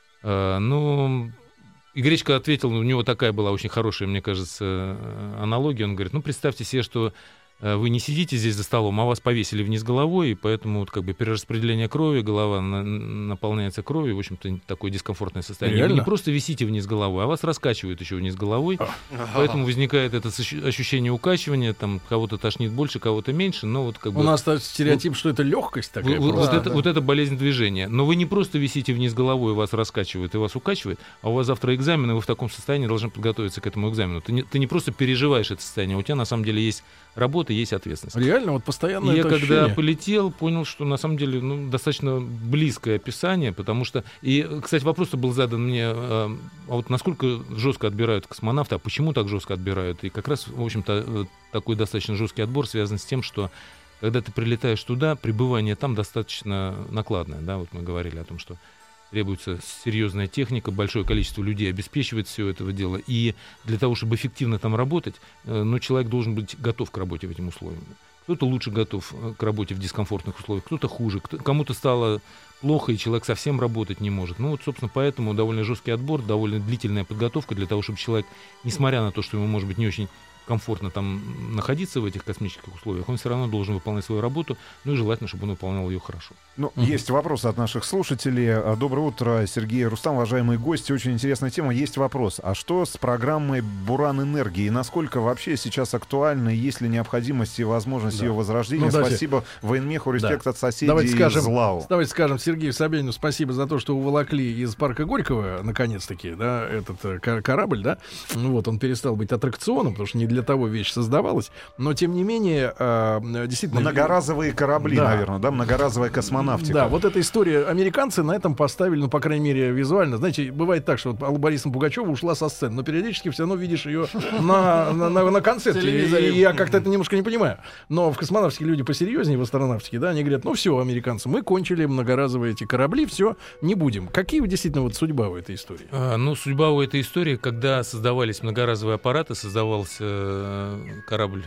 [SPEAKER 3] Э, ну... И Гречко ответил, у него такая была очень хорошая, мне кажется, аналогия. Он говорит, ну, представьте себе, что вы не сидите здесь за столом, а вас повесили вниз головой, и поэтому вот как бы перераспределение крови, голова на, наполняется кровью, в общем-то, такое дискомфортное состояние.
[SPEAKER 2] Реально?
[SPEAKER 3] Вы не просто висите вниз головой, а вас раскачивают еще вниз головой, поэтому возникает это ощущение укачивания, там кого-то тошнит больше, кого-то меньше, но вот как бы...
[SPEAKER 2] У нас стереотип, что это легкость такая.
[SPEAKER 3] Вот,
[SPEAKER 2] просто.
[SPEAKER 3] вот, это, вот это болезнь движения. Но вы не просто висите вниз головой, вас раскачивает и вас укачивает, а у вас завтра экзамен, и вы в таком состоянии должны подготовиться к этому экзамену. Ты не, ты не просто переживаешь это состояние, у тебя на самом деле есть работа, есть ответственность.
[SPEAKER 2] Реально, вот постоянно
[SPEAKER 3] И я
[SPEAKER 2] это
[SPEAKER 3] когда
[SPEAKER 2] ощущение.
[SPEAKER 3] полетел, понял, что на самом деле ну, достаточно близкое описание, потому что... И, кстати, вопрос был задан мне, а, а вот насколько жестко отбирают космонавта, а почему так жестко отбирают? И как раз, в общем-то, такой достаточно жесткий отбор связан с тем, что когда ты прилетаешь туда, пребывание там достаточно накладное. Да? Вот мы говорили о том, что требуется серьезная техника, большое количество людей обеспечивает все это дело. И для того, чтобы эффективно там работать, ну, человек должен быть готов к работе в этих условиях. Кто-то лучше готов к работе в дискомфортных условиях, кто-то хуже. Кто- кому-то стало плохо, и человек совсем работать не может. Ну вот, собственно, поэтому довольно жесткий отбор, довольно длительная подготовка для того, чтобы человек, несмотря на то, что ему, может быть, не очень комфортно там находиться в этих космических условиях, он все равно должен выполнять свою работу, ну и желательно, чтобы он выполнял ее хорошо.
[SPEAKER 4] Ну, есть вопросы от наших слушателей. Доброе утро, Сергей, Рустам, уважаемые гости. Очень интересная тема. Есть вопрос. А что с программой «Буран энергии»? И насколько вообще сейчас актуальна? Есть ли необходимость и возможность
[SPEAKER 2] Да.
[SPEAKER 4] ее возрождения?
[SPEAKER 2] Ну, давайте.
[SPEAKER 4] Спасибо военмеху, респект
[SPEAKER 2] Да.
[SPEAKER 4] от соседей
[SPEAKER 2] Давайте скажем,
[SPEAKER 4] из ЛАУ.
[SPEAKER 2] давайте скажем Сергею Собянину спасибо за то, что уволокли из парка Горького, наконец-таки, да, этот э, ка- корабль, да. Ну вот, он перестал быть аттракционом, потому что не для того вещь создавалась. Но, тем не менее, э, действительно...
[SPEAKER 4] Многоразовые корабли,
[SPEAKER 2] Да.
[SPEAKER 4] наверное, да? Многоразовая космонавтика.
[SPEAKER 2] Да, вот эта история. Американцы на этом поставили, ну, по крайней мере, визуально. Знаете, бывает так, что вот Алла Борисовна Пугачева ушла со сцены, но периодически все равно видишь ее на, на, на, на концерте. И, и я как-то это немножко не понимаю. Но в космонавтике люди посерьезнее, в астронавтике, да, они говорят, ну все, американцы, мы кончили многоразовые эти корабли, все, не будем. Какие действительно вот судьба у этой истории?
[SPEAKER 3] А, ну, судьба у этой истории, когда создавались многоразовые аппараты, создавался э, корабль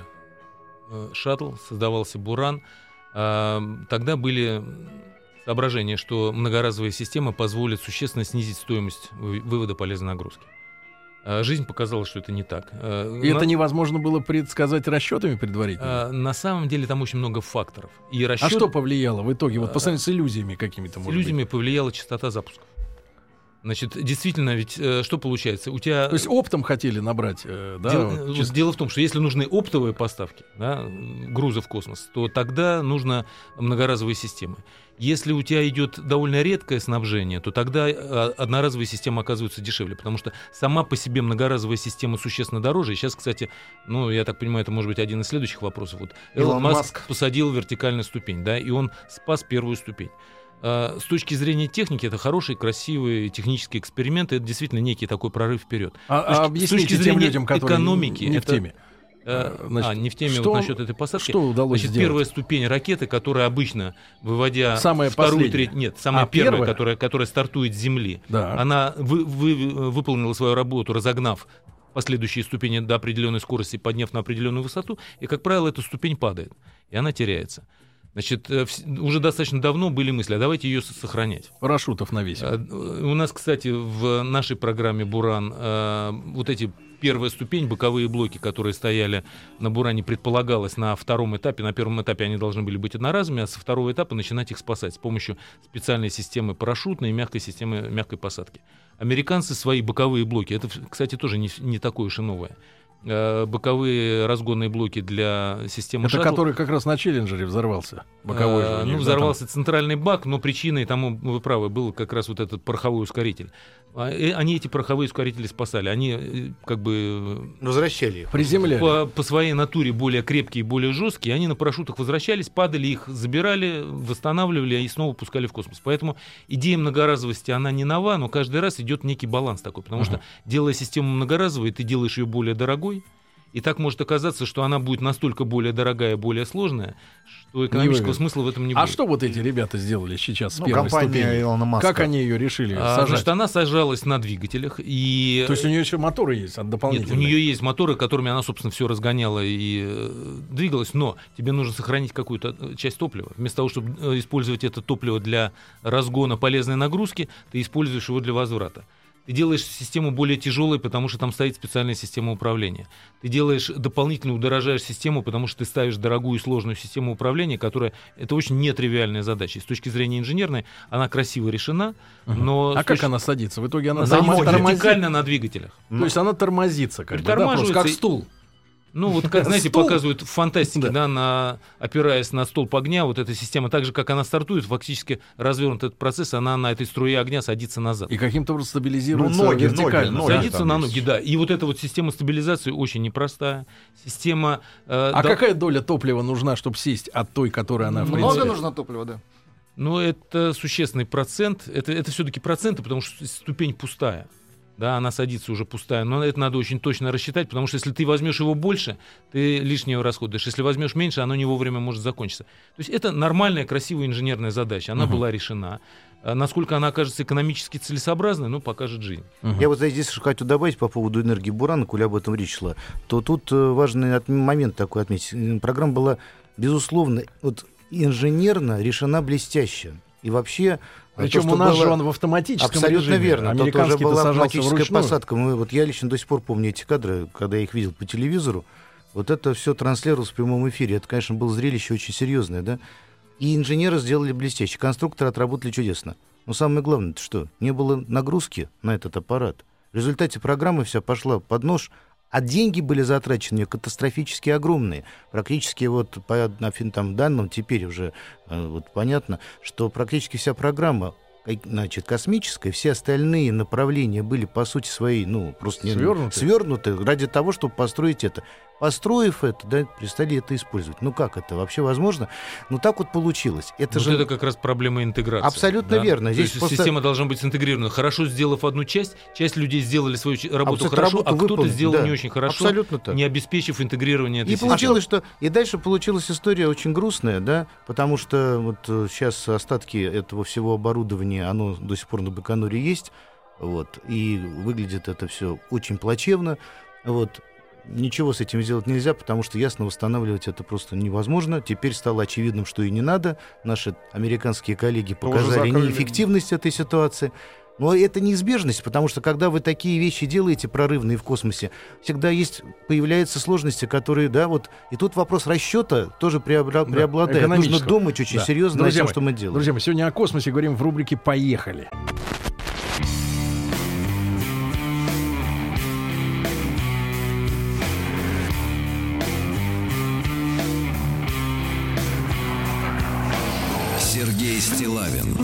[SPEAKER 3] э, «Шаттл», создавался «Буран», э, тогда были соображения, что многоразовая система позволит существенно снизить стоимость вы- вывода полезной нагрузки. Э, жизнь показала, что это не так. Э,
[SPEAKER 2] И
[SPEAKER 3] на-
[SPEAKER 2] это невозможно было предсказать расчетами предварительно.
[SPEAKER 3] э, на самом деле там очень много факторов. И
[SPEAKER 2] А
[SPEAKER 3] расчет
[SPEAKER 2] что повлияло в итоге? Вот
[SPEAKER 3] А,
[SPEAKER 2] по сравнению с иллюзиями какими-то,
[SPEAKER 3] с
[SPEAKER 2] может
[SPEAKER 3] иллюзиями повлияла частота запусков. Значит, действительно, ведь э, что получается? У тебя...
[SPEAKER 2] быть? То есть оптом хотели набрать, э, да?
[SPEAKER 3] Дело,
[SPEAKER 2] вот
[SPEAKER 3] вот
[SPEAKER 2] чисто-
[SPEAKER 3] дело в том, что если нужны оптовые поставки, да, груза в космос, то тогда нужно многоразовые системы. Если у тебя идет довольно редкое снабжение, то тогда а, одноразовые системы оказываются дешевле, потому что сама по себе многоразовая система существенно дороже. И сейчас, кстати, ну, я так понимаю, это может быть один из следующих вопросов. Вот Илон
[SPEAKER 4] Илон
[SPEAKER 3] Маск,
[SPEAKER 4] Маск.
[SPEAKER 3] посадил вертикальную ступень, да, и он спас первую ступень. А, С точки зрения техники, это хороший, красивый технический эксперимент, и это действительно некий такой прорыв вперед.
[SPEAKER 2] А,
[SPEAKER 3] С точки-
[SPEAKER 2] а
[SPEAKER 3] с
[SPEAKER 2] объясните
[SPEAKER 3] точки
[SPEAKER 2] тем
[SPEAKER 3] зрения
[SPEAKER 2] людям, которые
[SPEAKER 3] экономики,
[SPEAKER 2] не в
[SPEAKER 3] это-
[SPEAKER 2] теме.
[SPEAKER 3] Э,
[SPEAKER 2] Значит,
[SPEAKER 3] а, не в теме
[SPEAKER 2] что-
[SPEAKER 3] вот насчет этой посадки.
[SPEAKER 2] Что удалось
[SPEAKER 3] Значит,
[SPEAKER 2] сделать?
[SPEAKER 3] первая ступень ракеты, которая обычно, выводя
[SPEAKER 2] Самая
[SPEAKER 3] вторую,
[SPEAKER 2] последняя.
[SPEAKER 3] третью... Нет, самая
[SPEAKER 2] А,
[SPEAKER 3] первая,
[SPEAKER 2] первая?
[SPEAKER 3] Которая, которая стартует с Земли.
[SPEAKER 2] Да.
[SPEAKER 3] Она вы- вы- выполнила свою работу, разогнав последующие ступени до определенной скорости, подняв на определенную высоту, и, как правило, эта ступень падает, и она теряется. Значит, уже достаточно давно были мысли, а давайте ее сохранять.
[SPEAKER 2] Парашютов навесим.
[SPEAKER 3] У нас, кстати, в нашей программе «Буран» вот эти первая ступень, боковые блоки, которые стояли на «Буране», предполагалось на втором этапе. На первом этапе они должны были быть одноразовыми, а со второго этапа начинать их спасать с помощью специальной системы парашютной и мягкой системы мягкой посадки. Американцы свои боковые блоки, это, кстати, тоже не, не такое уж и новое. Боковые разгонные блоки для системы
[SPEAKER 2] Это
[SPEAKER 3] шаттл.
[SPEAKER 2] который как раз на «Челленджере» взорвался. Боковой
[SPEAKER 3] а,
[SPEAKER 2] же.
[SPEAKER 3] ну,
[SPEAKER 2] них,
[SPEAKER 3] взорвался
[SPEAKER 2] да,
[SPEAKER 3] центральный бак, но причиной тому, вы правы, был как раз вот этот пороховой ускоритель. Они эти пороховые ускорители спасали. Они как бы...
[SPEAKER 5] Возвращали их.
[SPEAKER 2] Приземляли.
[SPEAKER 3] По, по своей натуре более крепкие, более жесткие. Они на парашютах возвращались, падали, их забирали, восстанавливали и снова пускали в космос. Поэтому идея многоразовости, она не нова, но каждый раз идет некий баланс такой. Потому uh-huh. что, делая систему многоразовой, ты делаешь ее более дорогой. И так может оказаться, что она будет настолько более дорогая, более сложная, что экономического смысла в этом не будет.
[SPEAKER 2] А что вот эти ребята сделали сейчас с
[SPEAKER 4] Ну,
[SPEAKER 2] первой
[SPEAKER 4] компания
[SPEAKER 2] ступени?
[SPEAKER 4] Илона Маска.
[SPEAKER 2] Как они ее решили
[SPEAKER 3] А,
[SPEAKER 2] сажать?
[SPEAKER 3] значит, она сажалась на двигателях. И...
[SPEAKER 2] То есть у нее еще моторы есть дополнительные?
[SPEAKER 3] Нет, у нее есть моторы, которыми она, собственно, все разгоняла и э, двигалась, но тебе нужно сохранить какую-то часть топлива. Вместо того, чтобы использовать это топливо для разгона полезной нагрузки, ты используешь его для возврата. Ты делаешь систему более тяжелой, потому что там стоит специальная система управления. Ты делаешь дополнительно удорожаешь систему, потому что ты ставишь дорогую и сложную систему управления, которая это очень нетривиальная задача. И с точки зрения инженерной она красиво решена, но
[SPEAKER 2] А
[SPEAKER 3] с
[SPEAKER 2] как
[SPEAKER 3] точки...
[SPEAKER 2] она садится? В итоге она
[SPEAKER 3] она
[SPEAKER 2] тормозит?
[SPEAKER 3] вертикально на двигателях.
[SPEAKER 2] То есть она тормозится, как бы, да, просто
[SPEAKER 3] Притормаживается
[SPEAKER 2] как
[SPEAKER 3] и-
[SPEAKER 2] стул.
[SPEAKER 3] Ну, вот как, знаете,
[SPEAKER 2] Стул.
[SPEAKER 3] показывают в фантастике,
[SPEAKER 2] Да.
[SPEAKER 3] да, на, опираясь на столб огня, вот эта система, так же, как она стартует, фактически развернут этот процесс, она на этой струе огня садится назад.
[SPEAKER 2] И каким-то образом стабилизируется
[SPEAKER 4] Ну, ноги,
[SPEAKER 2] вертикально.
[SPEAKER 4] ноги, ноги.
[SPEAKER 3] Садится
[SPEAKER 4] там
[SPEAKER 3] на
[SPEAKER 4] есть.
[SPEAKER 3] ноги, да. И вот эта вот система стабилизации очень непростая. Система... э,
[SPEAKER 2] А
[SPEAKER 3] да-
[SPEAKER 2] какая доля топлива нужна, чтобы сесть от той, которой она, в
[SPEAKER 3] Много
[SPEAKER 2] принципе...
[SPEAKER 7] нужно топлива, да.
[SPEAKER 3] Ну, это существенный процент. Это, это все-таки проценты, потому что ступень пустая. Да, она садится уже пустая. Но это надо очень точно рассчитать, потому что если ты возьмешь его больше, ты лишнего расходуешь. Если возьмешь меньше, оно не вовремя может закончиться. То есть это нормальная, красивая инженерная задача. Она
[SPEAKER 2] Мгм.
[SPEAKER 3] была решена. А насколько она окажется экономически целесообразной, ну, покажет жизнь.
[SPEAKER 5] Я вот здесь хочу добавить по поводу энергии Бурана, коли об этом речь шла, то тут э, важный от- момент такой отметить. М, Программа была, безусловно, вот, инженерно решена блестяще. И вообще... э,
[SPEAKER 2] Причем
[SPEAKER 5] то,
[SPEAKER 2] у
[SPEAKER 5] что
[SPEAKER 2] нас
[SPEAKER 5] было-
[SPEAKER 2] же он в автоматическом
[SPEAKER 5] Абсолютно
[SPEAKER 2] режиме.
[SPEAKER 5] верно. Тут уже
[SPEAKER 2] Американский-то
[SPEAKER 5] была
[SPEAKER 2] сажался
[SPEAKER 5] автоматическая
[SPEAKER 2] вручную.
[SPEAKER 5] посадка. Мы, вот я лично до сих пор помню эти кадры, когда я их видел по телевизору. Вот это все транслировалось в прямом эфире. Это, конечно, было зрелище очень серьезное, да. И инженеры сделали блестяще. Конструкторы отработали чудесно. Но самое главное, что не было нагрузки на этот аппарат. В результате программа вся пошла под нож, а деньги были затрачены катастрофически огромные. Практически вот по одним там данным теперь уже э, вот понятно, что практически вся программа, как- значит, космическая, все остальные направления были по сути своей, ну, просто не-
[SPEAKER 2] Свёрнуты.
[SPEAKER 5] свернуты ради того, чтобы построить это. Построив это, да, перестали это использовать. Ну как это вообще возможно? Ну так вот получилось. Это
[SPEAKER 3] Вот
[SPEAKER 5] же...
[SPEAKER 3] это как раз проблема интеграции.
[SPEAKER 5] Абсолютно
[SPEAKER 3] да?
[SPEAKER 5] верно.
[SPEAKER 3] То
[SPEAKER 5] Здесь
[SPEAKER 3] есть
[SPEAKER 5] просто-
[SPEAKER 3] система должна быть синтегрирована. Хорошо сделав одну часть, часть людей сделали свою ч- работу
[SPEAKER 5] Абсолютно
[SPEAKER 3] хорошо,
[SPEAKER 5] работу
[SPEAKER 3] а кто-то
[SPEAKER 5] выполнили,
[SPEAKER 3] сделал
[SPEAKER 5] да.
[SPEAKER 3] не очень хорошо,
[SPEAKER 5] Абсолютно так.
[SPEAKER 3] не обеспечив интегрирование этой
[SPEAKER 5] И
[SPEAKER 3] системы.
[SPEAKER 5] получилось, что и дальше получилась история очень грустная, да, потому что вот э, сейчас остатки этого всего оборудования, оно до сих пор на Байконуре есть, вот, и выглядит это все очень плачевно, вот. Ничего с этим сделать нельзя, потому что ясно восстанавливать это просто невозможно. Теперь стало очевидным, что и не надо. Наши американские коллеги показали
[SPEAKER 4] закрыли.
[SPEAKER 5] неэффективность этой ситуации. Но это неизбежность, потому что когда вы такие вещи делаете прорывные в космосе, всегда есть, появляются сложности, которые, да, вот, и тут вопрос расчета тоже преобла-
[SPEAKER 2] Да,
[SPEAKER 5] преобладает. Нужно
[SPEAKER 2] экономического.
[SPEAKER 5] думать очень
[SPEAKER 2] Да.
[SPEAKER 5] серьезно над
[SPEAKER 2] Друзья
[SPEAKER 5] тем,
[SPEAKER 2] мои,
[SPEAKER 5] что мы делаем.
[SPEAKER 2] Друзья, мы сегодня о космосе говорим в рубрике «Поехали».
[SPEAKER 1] Сергей Стиллавин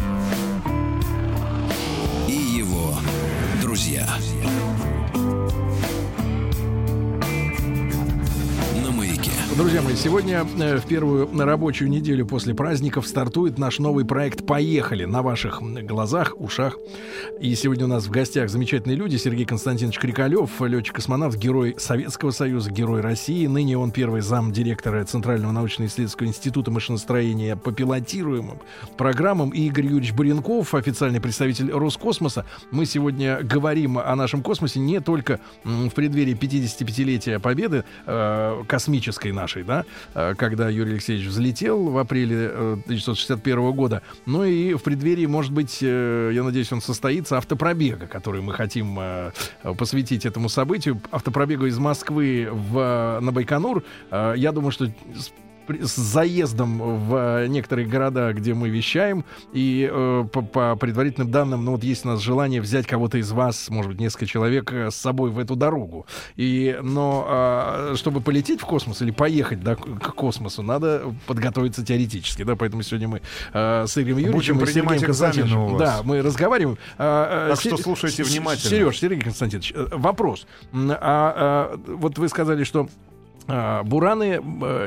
[SPEAKER 1] и его друзья. На маяке.
[SPEAKER 2] Друзья мои, друзья, сегодня э, в первую рабочую неделю после праздников стартует наш новый проект «Поехали» на ваших глазах, ушах. И сегодня у нас в гостях замечательные люди. Сергей Константинович Крикалев, летчик-космонавт, герой Советского Союза, герой России. Ныне он первый замдиректора Центрального научно-исследовательского института машиностроения по пилотируемым программам. И Игорь Юрьевич Баренков, официальный представитель Роскосмоса. Мы сегодня говорим о нашем космосе не только м, в преддверии пятидесятипятилетия Победы э, космической нашей, да, э, когда Юрий Алексеевич взлетел в апреле э, тысяча девятьсот шестьдесят первого года, но и в преддверии, может быть, э, я надеюсь, он состоится, автопробега, который мы хотим э, посвятить этому событию, автопробегу из Москвы в, на Байконур. Э, я думаю, что с с заездом в некоторые города, где мы вещаем, и э, по, по предварительным данным, ну вот есть у нас желание взять кого-то из вас, может быть, несколько человек с собой в эту дорогу. И, но э, чтобы полететь в космос или поехать, да, к космосу, надо подготовиться теоретически, да, поэтому сегодня мы э, с Игорем Юрьевичем и Сергеем Константиновичем, да, мы разговариваем. Э,
[SPEAKER 4] так
[SPEAKER 2] Сер...
[SPEAKER 4] что слушайте внимательно.
[SPEAKER 2] Сереж, Сергей Константинович, э, вопрос. А, а, вот вы сказали, что бураны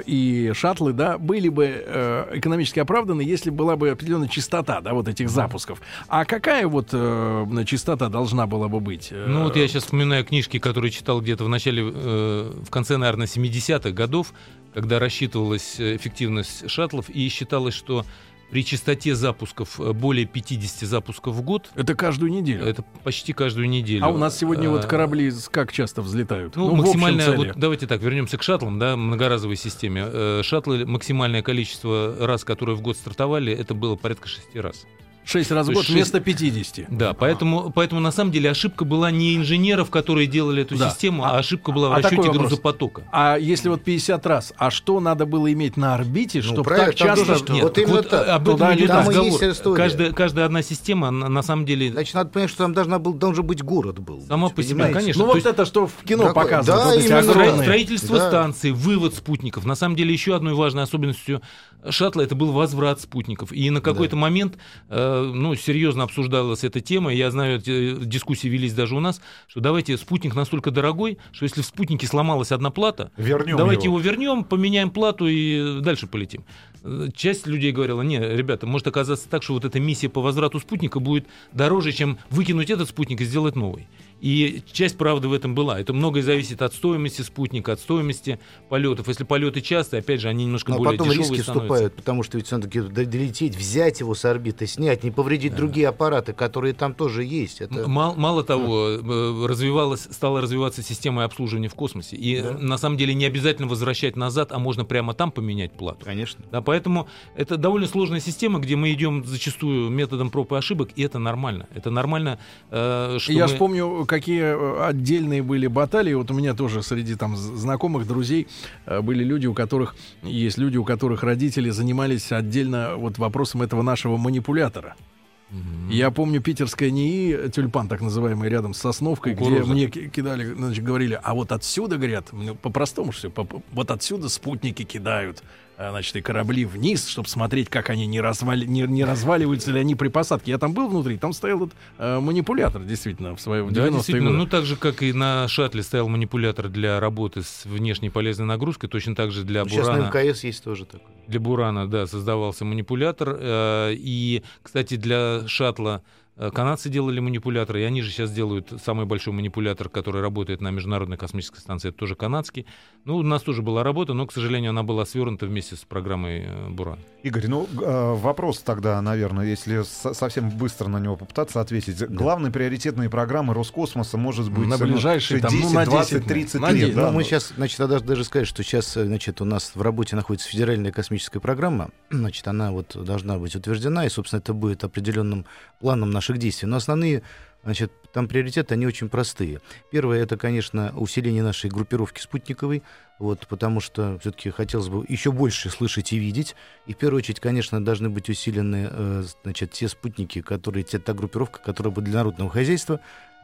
[SPEAKER 2] и шаттлы, да, были бы э, экономически оправданы, если была бы определенная частота, да, вот этих запусков. А какая вот э, частота должна была бы быть?
[SPEAKER 3] Ну вот я сейчас вспоминаю книжки, которые читал где-то в начале, э, в конце, наверное, семидесятых годов, когда рассчитывалась эффективность шаттлов и считалось, что при частоте запусков более пятидесяти запусков в год.
[SPEAKER 2] Это каждую неделю?
[SPEAKER 3] Это почти каждую неделю.
[SPEAKER 2] А у нас сегодня а, вот корабли как часто взлетают?
[SPEAKER 3] Ну, ну максимальное, вот, давайте так, вернемся к шаттлам, да, многоразовой системе. Шаттлы, максимальное количество раз, которые в год стартовали, это было порядка шести раз.
[SPEAKER 2] шесть раз в год вместо пятидесяти.
[SPEAKER 3] Да, поэтому, поэтому на самом деле ошибка была не инженеров, которые делали эту да. систему, а, а ошибка была а в расчете грузопотока.
[SPEAKER 2] А если вот пятьдесят раз, а что надо было иметь на орбите, ну, чтобы так часто...
[SPEAKER 3] Тоже, нет, вот именно вот так. Об этом идет разговор. Каждая, каждая одна система, на, на самом деле...
[SPEAKER 5] Значит, надо понять, что там должна был, должен быть город был.
[SPEAKER 3] Сама по себе, конечно.
[SPEAKER 2] Ну вот есть... это, что в кино такое, показывают. Да, вот эти
[SPEAKER 3] огромные... Строительство да. станций, вывод спутников. На самом деле еще одной важной особенностью шаттла это был возврат спутников. И на какой-то да. момент, э, ну, серьезно обсуждалась эта тема, я знаю, дискуссии велись даже у нас, что давайте спутник настолько дорогой, что если в спутнике сломалась одна плата, вернем давайте его. его вернем, поменяем плату и дальше полетим. Часть людей говорила, не, ребята, может оказаться так, что вот эта миссия по возврату спутника будет дороже, чем выкинуть этот спутник и сделать новый. И часть правды в этом была. Это многое зависит от стоимости спутника, от стоимости полетов. Если полеты частые, опять же, они немножко Но более дешевые становятся.
[SPEAKER 5] Потом риски вступают, потому что ведь надо долететь, взять его с орбиты, снять, не повредить да. другие аппараты, которые там тоже есть. Это...
[SPEAKER 3] Мало, мало того, развивалась, стала развиваться система обслуживания в космосе. И да. на самом деле не обязательно возвращать назад, а можно прямо там поменять плату.
[SPEAKER 5] Конечно.
[SPEAKER 3] Да, поэтому это довольно сложная система, где мы идем зачастую методом проб и ошибок, и это нормально. Это нормально, э, что
[SPEAKER 2] Я
[SPEAKER 3] мы...
[SPEAKER 2] ж помню, какие отдельные были баталии. Вот у меня тоже среди там знакомых, друзей были люди, у которых есть люди, у которых родители занимались отдельно вот вопросом этого нашего манипулятора. Mm-hmm. Я помню питерское НИИ, тюльпан так называемый, рядом с Сосновкой, Кукуруза. Где мне кидали, значит, говорили, а вот отсюда, говорят, по-простому все, по- вот отсюда спутники кидают, значит, и корабли вниз, чтобы смотреть, как они не, развали, не, не разваливаются ли они при посадке. Я там был внутри, там стоял этот э, манипулятор, действительно, в своем
[SPEAKER 3] да, действительно, годы. Ну, так же, как и на шаттле стоял манипулятор для работы с внешней полезной нагрузкой, точно так же для
[SPEAKER 5] ну,
[SPEAKER 3] Бурана.
[SPEAKER 5] Сейчас на МКС есть тоже такой.
[SPEAKER 3] Для Бурана, да, создавался манипулятор. Э, и, кстати, для шаттла канадцы делали манипуляторы, и они же сейчас делают самый большой манипулятор, который работает на Международной космической станции, это тоже канадский. Ну, у нас тоже была работа, но, к сожалению, она была свернута вместе с программой Буран.
[SPEAKER 4] Игорь, ну, вопрос тогда, наверное, если совсем быстро на него попытаться ответить. Да. Главной приоритетной программы Роскосмоса может быть
[SPEAKER 2] на ближайшие
[SPEAKER 4] десять,
[SPEAKER 2] ну,
[SPEAKER 4] двадцать, тридцать лет.
[SPEAKER 5] Да, ну, мы сейчас, значит, надо даже сказать, что сейчас, значит, у нас в работе находится федеральная космическая программа, значит, она вот должна быть утверждена, и, собственно, это будет определенным планом наших действий. Но основные, значит, там приоритеты, они очень простые. Первое, это, конечно, усиление нашей группировки спутниковой, вот, потому что все-таки хотелось бы еще больше слышать и видеть. И в первую очередь, конечно, должны быть усилены, э, значит, те спутники, которые, те, та группировка, которая бы для народного хозяйства,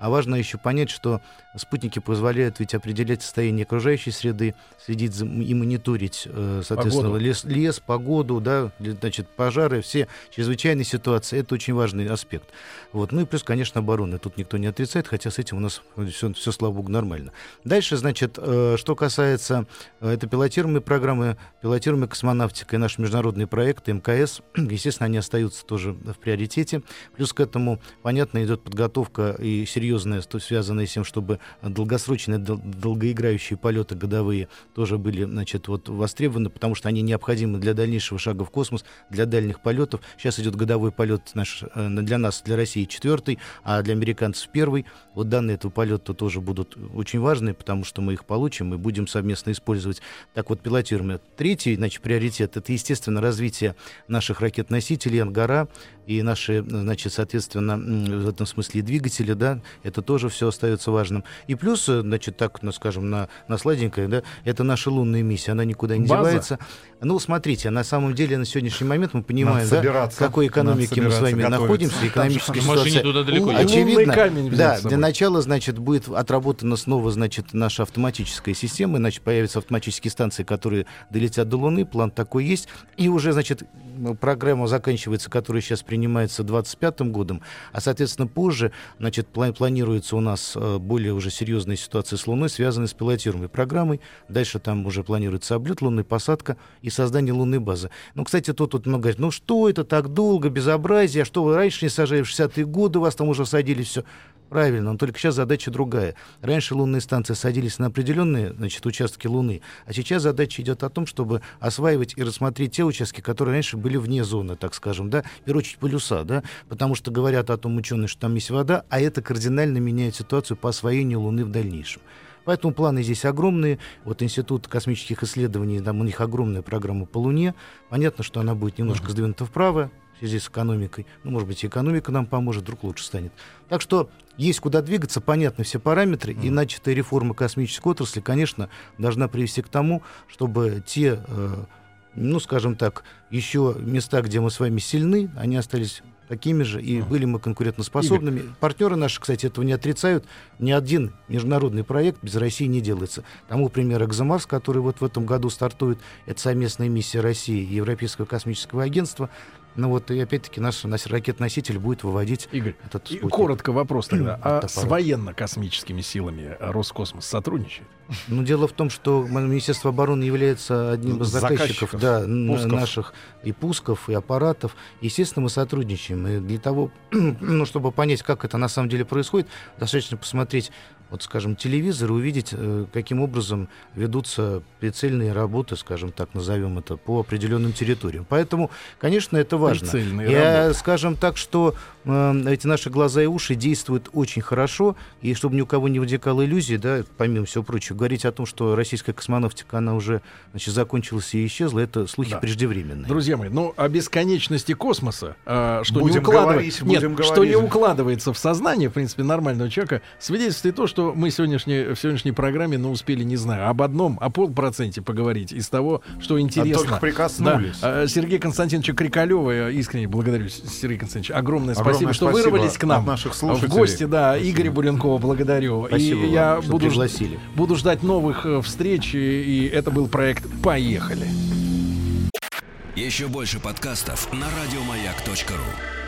[SPEAKER 5] А важно еще понять, что спутники позволяют ведь определять состояние окружающей среды, следить за, и мониторить, соответственно,
[SPEAKER 2] погоду.
[SPEAKER 5] лес, лес, погоду, да, значит, пожары, все чрезвычайные ситуации. Это очень важный аспект. Вот. Ну и плюс, конечно, оборона. Тут никто не отрицает, хотя с этим у нас все, все слава богу, нормально. Дальше, значит, что касается этой пилотируемой программы, пилотируемой космонавтика и наши международные проекты эм ка эс, естественно, они остаются тоже в приоритете. Плюс к этому, понятно, идет подготовка и серьезная, связанная с тем, чтобы долгосрочные, дол- долгоиграющие полеты годовые тоже были, значит, вот востребованы, потому что они необходимы для дальнейшего шага в космос, для дальних полетов. Сейчас идет годовой полет наш, для нас, для России четвертый, а для американцев первый. Вот данные этого полета тоже будут очень важны, потому что мы их получим и будем совместно использовать. Так вот, пилотируем. Третий, значит, приоритет — это, естественно, развитие наших ракет-носителей «Ангара» и наши, значит, соответственно, в этом смысле и двигатели, да, это тоже все остается важным. И плюс, значит, так, ну, скажем, на, на сладенькое, да, это наша лунная миссия, она никуда не
[SPEAKER 2] База.
[SPEAKER 5] девается. Ну, смотрите, на самом деле, на сегодняшний момент мы понимаем,
[SPEAKER 4] Надо
[SPEAKER 5] да, в какой экономике мы с вами
[SPEAKER 4] готовиться.
[SPEAKER 5] находимся, экономическая
[SPEAKER 3] В машине
[SPEAKER 5] ситуация.
[SPEAKER 3] туда далеко
[SPEAKER 2] Лунный
[SPEAKER 3] не
[SPEAKER 5] Очевидно,
[SPEAKER 2] камень взять
[SPEAKER 5] да,
[SPEAKER 2] с собой.
[SPEAKER 5] для начала, значит, будет отработана снова, значит, наша автоматическая система, иначе появятся автоматические станции, которые долетят до Луны, план такой есть, и уже, значит, программа заканчивается, которая сейчас принимается двадцать пятым годом, а, соответственно, позже, значит, пла- планируется у нас э, более уже серьезная ситуация с Луной, связанная с пилотируемой программой, дальше там уже планируется облет лунной, посадка и создание лунной базы. Ну, кстати, тут, тут много говорит, ну что это так долго, безобразие, а что вы раньше не сажали, в шестидесятые годы вас там уже садили, все. Правильно, но только сейчас задача другая. Раньше лунные станции садились на определенные, значит, участки Луны, а сейчас задача идет о том, чтобы осваивать и рассмотреть те участки, которые раньше были вне зоны, так скажем, да, в первую очередь полюса, да, потому что говорят о том ученые, что там есть вода, а это кардинально меняет ситуацию по освоению Луны в дальнейшем. Поэтому планы здесь огромные. Вот Институт космических исследований, там у них огромная программа по Луне. Понятно, что она будет немножко сдвинута вправо в связи с экономикой. Ну, может быть, и экономика нам поможет, вдруг лучше станет. Так что есть куда двигаться, понятны все параметры. И начатая реформа космической отрасли, конечно, должна привести к тому, чтобы те, э, ну, скажем так, еще места, где мы с вами сильны, они остались такими же, и были мы конкурентоспособными. Игорь. Партнеры наши, кстати, этого не отрицают. Ни один международный проект без России не делается. Тому пример «Экзомарс», который вот в этом году стартует, это совместная миссия России и Европейского космического агентства. Ну вот, и опять-таки наш, наш ракет-носитель будет выводить
[SPEAKER 2] Игорь,
[SPEAKER 5] этот
[SPEAKER 2] и
[SPEAKER 5] спутник.
[SPEAKER 2] коротко вопрос тогда. А
[SPEAKER 5] Это
[SPEAKER 2] с
[SPEAKER 5] аппарат.
[SPEAKER 2] военно-космическими силами Роскосмос сотрудничает?
[SPEAKER 5] Ну, дело в том, что Министерство обороны является одним из заказчиков,
[SPEAKER 4] Заказчиков,
[SPEAKER 5] да, н-
[SPEAKER 4] пусков.
[SPEAKER 5] наших и пусков, и аппаратов. Естественно, мы сотрудничаем. И для того, ну, чтобы понять, как это на самом деле происходит, достаточно посмотреть, вот, скажем, телевизор и увидеть, э, каким образом ведутся прицельные работы, скажем так, назовем это, по определенным территориям. Поэтому, конечно, это важно.
[SPEAKER 2] Прицельные
[SPEAKER 5] Я,
[SPEAKER 2] работы.
[SPEAKER 5] скажем так, что э, эти наши глаза и уши действуют очень хорошо, и чтобы ни у кого не возникало иллюзий, да, помимо всего прочего, говорить о том, что российская космонавтика, она уже, значит, закончилась и исчезла, это слухи
[SPEAKER 2] Да.
[SPEAKER 5] преждевременные.
[SPEAKER 2] Друзья мои, ну о бесконечности космоса, а, что,
[SPEAKER 4] Будем
[SPEAKER 2] не укладыва-
[SPEAKER 4] говорить,
[SPEAKER 2] Нет,
[SPEAKER 4] будем
[SPEAKER 2] что не
[SPEAKER 4] говорить.
[SPEAKER 2] укладывается в сознание, в принципе, нормального человека, свидетельствует то, что мы сегодняшней, в сегодняшней программе, ну, успели, не знаю, об одном, о полпроценте поговорить из того, что интересно.
[SPEAKER 4] только прикоснулись.
[SPEAKER 2] Да. А, Сергея Константиновича Крикалева, я искренне благодарю, Сергей Константинович, огромное,
[SPEAKER 4] Огромное
[SPEAKER 2] спасибо, что
[SPEAKER 4] спасибо
[SPEAKER 2] вырвались к нам
[SPEAKER 4] от наших
[SPEAKER 2] в
[SPEAKER 4] слушателей.
[SPEAKER 2] гости, да,
[SPEAKER 4] Спасибо.
[SPEAKER 2] Игоря Буренкова благодарю.
[SPEAKER 5] Спасибо
[SPEAKER 2] и
[SPEAKER 5] вам,
[SPEAKER 2] я
[SPEAKER 5] что
[SPEAKER 2] буду,
[SPEAKER 5] пригласили.
[SPEAKER 2] буду ждать новых э, встреч, и, и это был проект «Поехали».
[SPEAKER 1] Еще больше подкастов на радиомаяк точка ру.